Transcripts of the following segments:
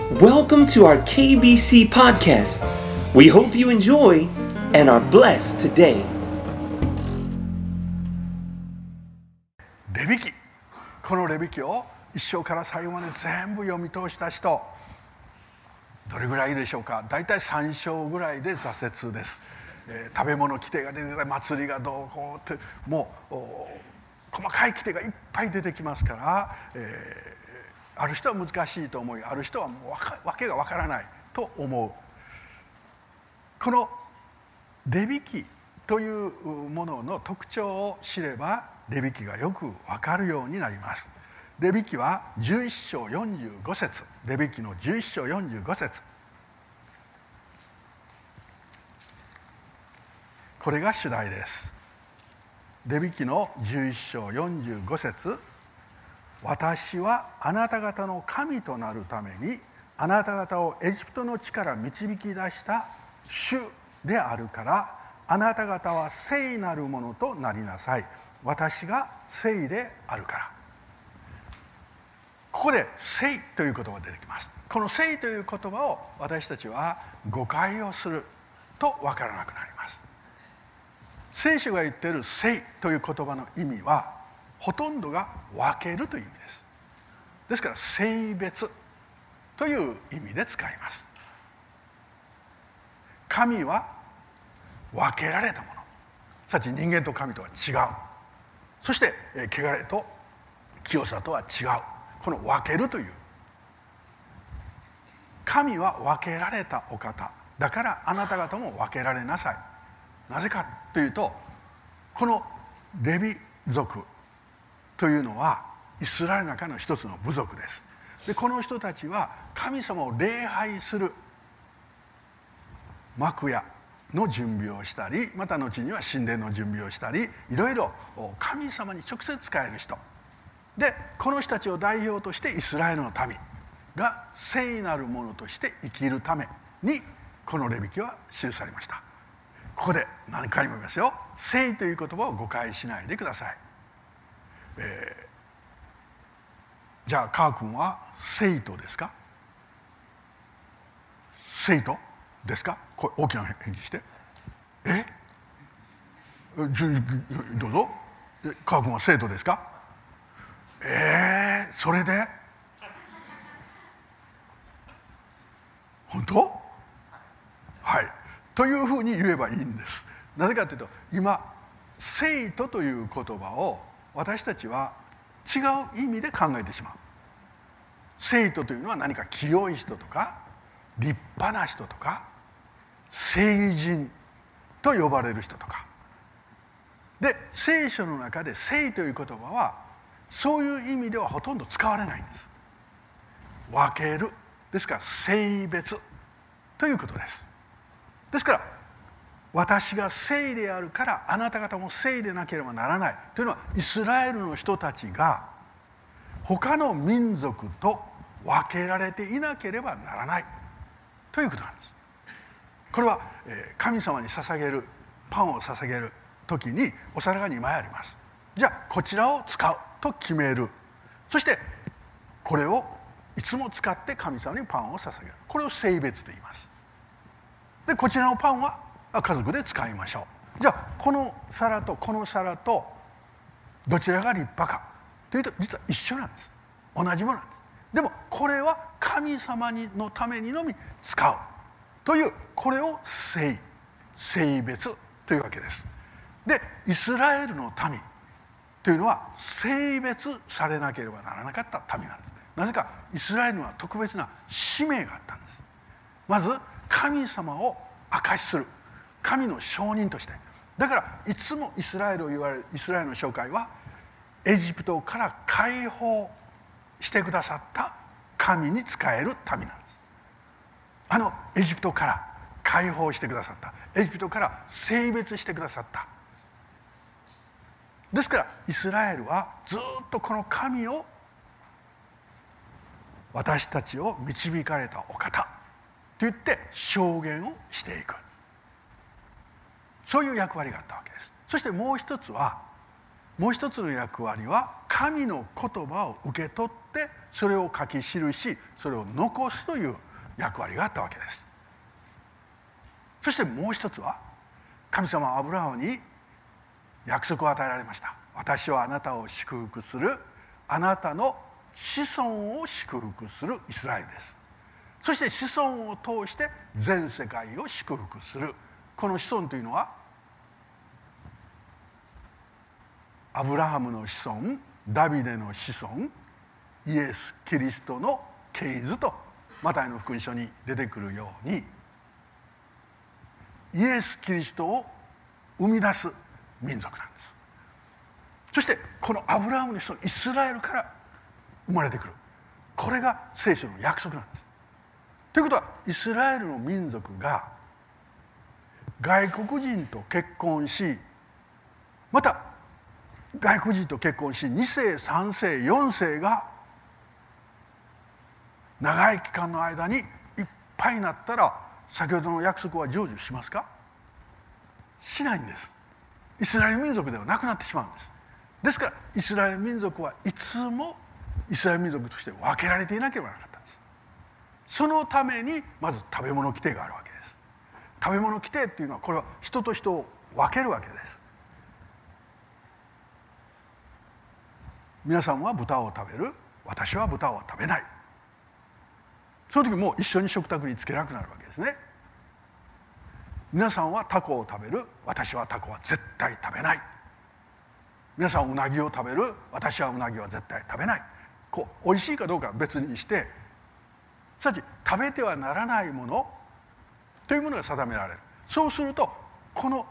Welcome to our KBC podcast. We hope you enjoy and are blessed today. レビ記、このレビ記を一章から最後まで全部読み通した人、どれぐらいいるでしょうか。だいたい3章ぐらいで挫折です。食べ物規定が出てきたり、祭りがどうこうって、もう細かい規定がいっぱい出てきますから、ある人は難しいと思い、ある人はもう訳がわからないと思う。このレビ記というものの特徴を知れば、レビ記がよくわかるようになります。レビ記は11章45節、レビ記の11章45節、これが主題です。レビ記の11章45節、私はあなた方の神となるためにあなた方をエジプトの地から導き出した主であるから、あなた方は聖なるものとなりなさい。私が聖であるから。ここで聖という言葉が出てきます。この聖という言葉を私たちは誤解をすると分からなくなります。聖書が言っている聖という言葉の意味はほとんどが分けるという意味です。ですから聖別という意味で使います。神は分けられたもの、すなわち人間と神とは違う。そして汚れと清さとは違う。この分けるという、神は分けられたお方だからあなた方も分けられなさい。なぜかというと、このレビ族というのはイスラエルの中の一つの部族です。でこの人たちは神様を礼拝する幕屋の準備をしたり、また後には神殿の準備をしたり、いろいろ神様に直接仕える人で、この人たちを代表としてイスラエルの民が聖なるものとして生きるためにこのレビ記は記されました。ここで何回も言いますよ。聖という言葉を誤解しないでください。じゃあカー君は聖徒ですか？聖徒ですか？これ大きな返事して。どうぞ。カー君は聖徒ですか？それで本当？はい。というふうに言えばいいんです。なぜかというと、今聖徒という言葉を私たちは違う意味で考えてしまう。聖徒というのは何か清い人とか立派な人とか聖人と呼ばれる人とかで、聖書の中で聖という言葉はそういう意味ではほとんど使われないんです。分けるですから聖別ということです。ですから私が聖であるからあなた方も聖でなければならないというのは、イスラエルの人たちが他の民族と分けられていなければならないということなんです。これは神様に捧げるパンを捧げる時にお皿が2枚あります。じゃあこちらを使うと決める。そしてこれをいつも使って神様にパンを捧げる。これを聖別と言います。でこちらのパンは家族で使いましょう。じゃあこの皿とこの皿とどちらが立派かというと、実は一緒なんです。同じものなんです。でもこれは神様のためにのみ使うという、これを聖別というわけです。でイスラエルの民というのは聖別されなければならなかった民なんです。なぜかイスラエルには特別な使命があったんです。まず神様を証しする、神の証人として。だからいつもイスラエルを言われるイスラエルの教会はエジプトから解放してくださった神に仕える民なんです。エジプトから解放してくださった、エジプトから聖別してくださった。ですからイスラエルはずっとこの神を、私たちを導かれたお方と言って証言をしていく、そういう役割があったわけです。そしてもう一つはもう一つの役割は神の言葉を受け取ってそれを書き記しそれを残すという役割があったわけです。そしてもう一つは神様はアブラハムに約束を与えられました。私はあなたを祝福する、あなたの子孫を祝福するイスラエルです。そして子孫を通して全世界を祝福する。この子孫というのはアブラハムの子孫、ダビデの子孫、イエス・キリストの系図とマタイの福音書に出てくるように、イエス・キリストを生み出す民族なんです。そしてこのアブラハムの子孫イスラエルから生まれてくる、これが聖書の約束なんです。ということはイスラエルの民族が外国人と結婚し、また外国人と結婚し2世3世4世が長い期間の間にいっぱいになったら先ほどの約束は成就しますか？しないんです。イスラエル民族ではなくなってしまうんです。ですからイスラエル民族はいつもイスラエル民族として分けられていなければならなかったんです。そのためにまず食べ物規定があるわけです。食べ物規定っていうのはこれは人と人を分けるわけです。皆さんは豚を食べる、私は豚を食べない。その時もう一緒に食卓につけなくなるわけですね。皆さんはタコを食べる、私はタコは絶対食べない。皆さんはうなぎを食べる、私はうなぎは絶対食べない。こう美味しいかどうかは別にして、すなわち食べてはならないものというものが定められる。そうするとこの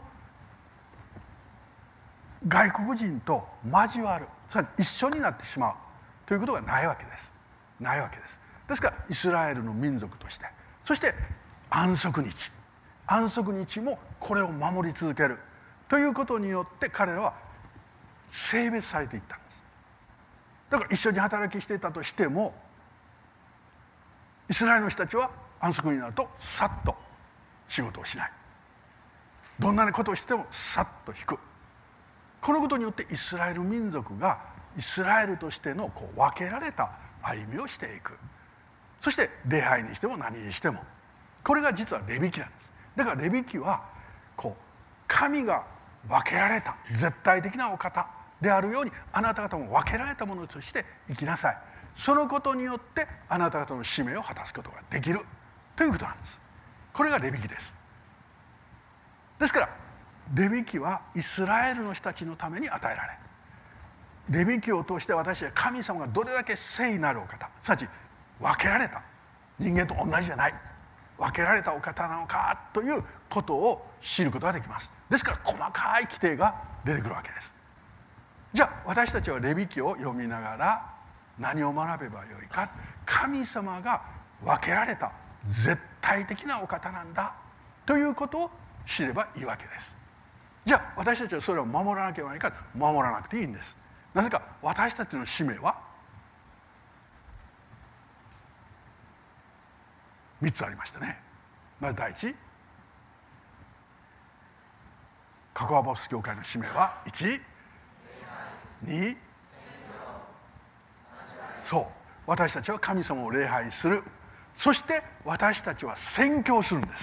外国人と交わる、すなわち一緒になってしまうということがないわけです。ないわけです。ですからイスラエルの民族として、そして安息日もこれを守り続けるということによって彼らは性別されていったんです。だから一緒に働きしていたとしてもイスラエルの人たちは安息日になるとさっと仕事をしない。どんなことをしてもさっと引く。このことによってイスラエル民族がイスラエルとしてのこう分けられた歩みをしていく。そして礼拝にしても何にしてもこれが実はレビ記なんです。だからレビ記はこう神が分けられた絶対的なお方であるようにあなた方も分けられたものとして生きなさい。そのことによってあなた方の使命を果たすことができるということなんです。これがレビ記です。ですからレビ記はイスラエルの人たちのために与えられ、レビ記を通して私は神様がどれだけ聖なるお方、すなわち分けられた人間と同じじゃない分けられたお方なのかということを知ることができます。ですから細かい規定が出てくるわけです。じゃあ私たちはレビ記を読みながら何を学べばよいか。神様が分けられた絶対的なお方なんだということを知ればいいわけです。じゃあ私たちはそれを守らなければいけないか。守らなくていいんです。なぜか私たちの使命は3つありましたね。まず第一、カコアボス教会の使命は1、2、そう私たちは神様を礼拝する。そして私たちは宣教するんです。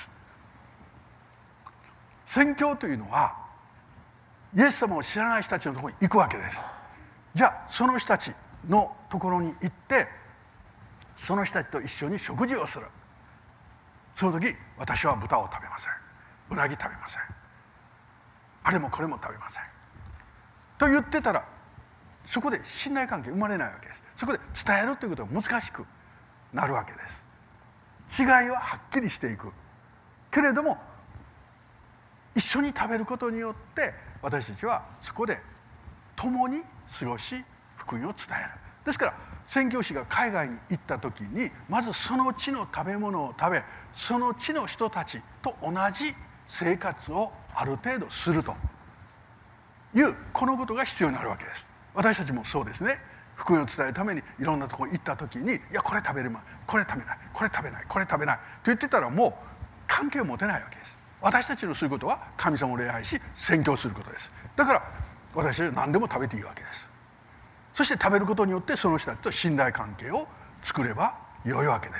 宣教というのはイエス様を知らない人たちのところに行くわけです。じゃあその人たちのところに行ってその人たちと一緒に食事をする。その時私は豚を食べません、うなぎ食べません、あれもこれも食べませんと言ってたらそこで信頼関係生まれないわけです。そこで伝えるということが難しくなるわけです。違いははっきりしていくけれども一緒に食べることによって私たちはそこで共に過ごし福音を伝える。ですから宣教師が海外に行った時にまずその地の食べ物を食べその地の人たちと同じ生活をある程度するというこのことが必要になるわけです。私たちもそうですね。福音を伝えるためにいろんなところに行った時にいやこれ食べるまこれ食べないこれ食べないこれ食べないと言ってたらもう関係を持てないわけです。私たちのすることは神様を礼拝し宣教することです。だから私たちは何でも食べていいわけです。そして食べることによってその人たちと信頼関係を作れば良いわけです。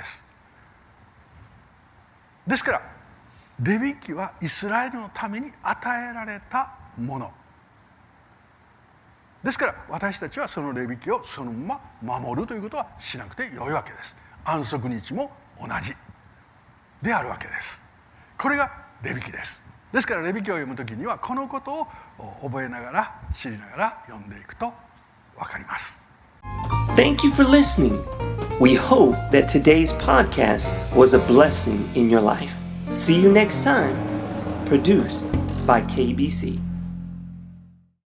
ですからレビ記はイスラエルのために与えられたものですから、私たちはそのレビ記をそのまま守るということはしなくて良いわけです。安息日も同じであるわけです。これがレビ記です。ですからレビ記を読むときにはこのことを覚えながら知りながら読んでいくと分かります。 Thank you for listening. We hope that today's podcast was a blessing in your life. See you next time. Produced by KBC.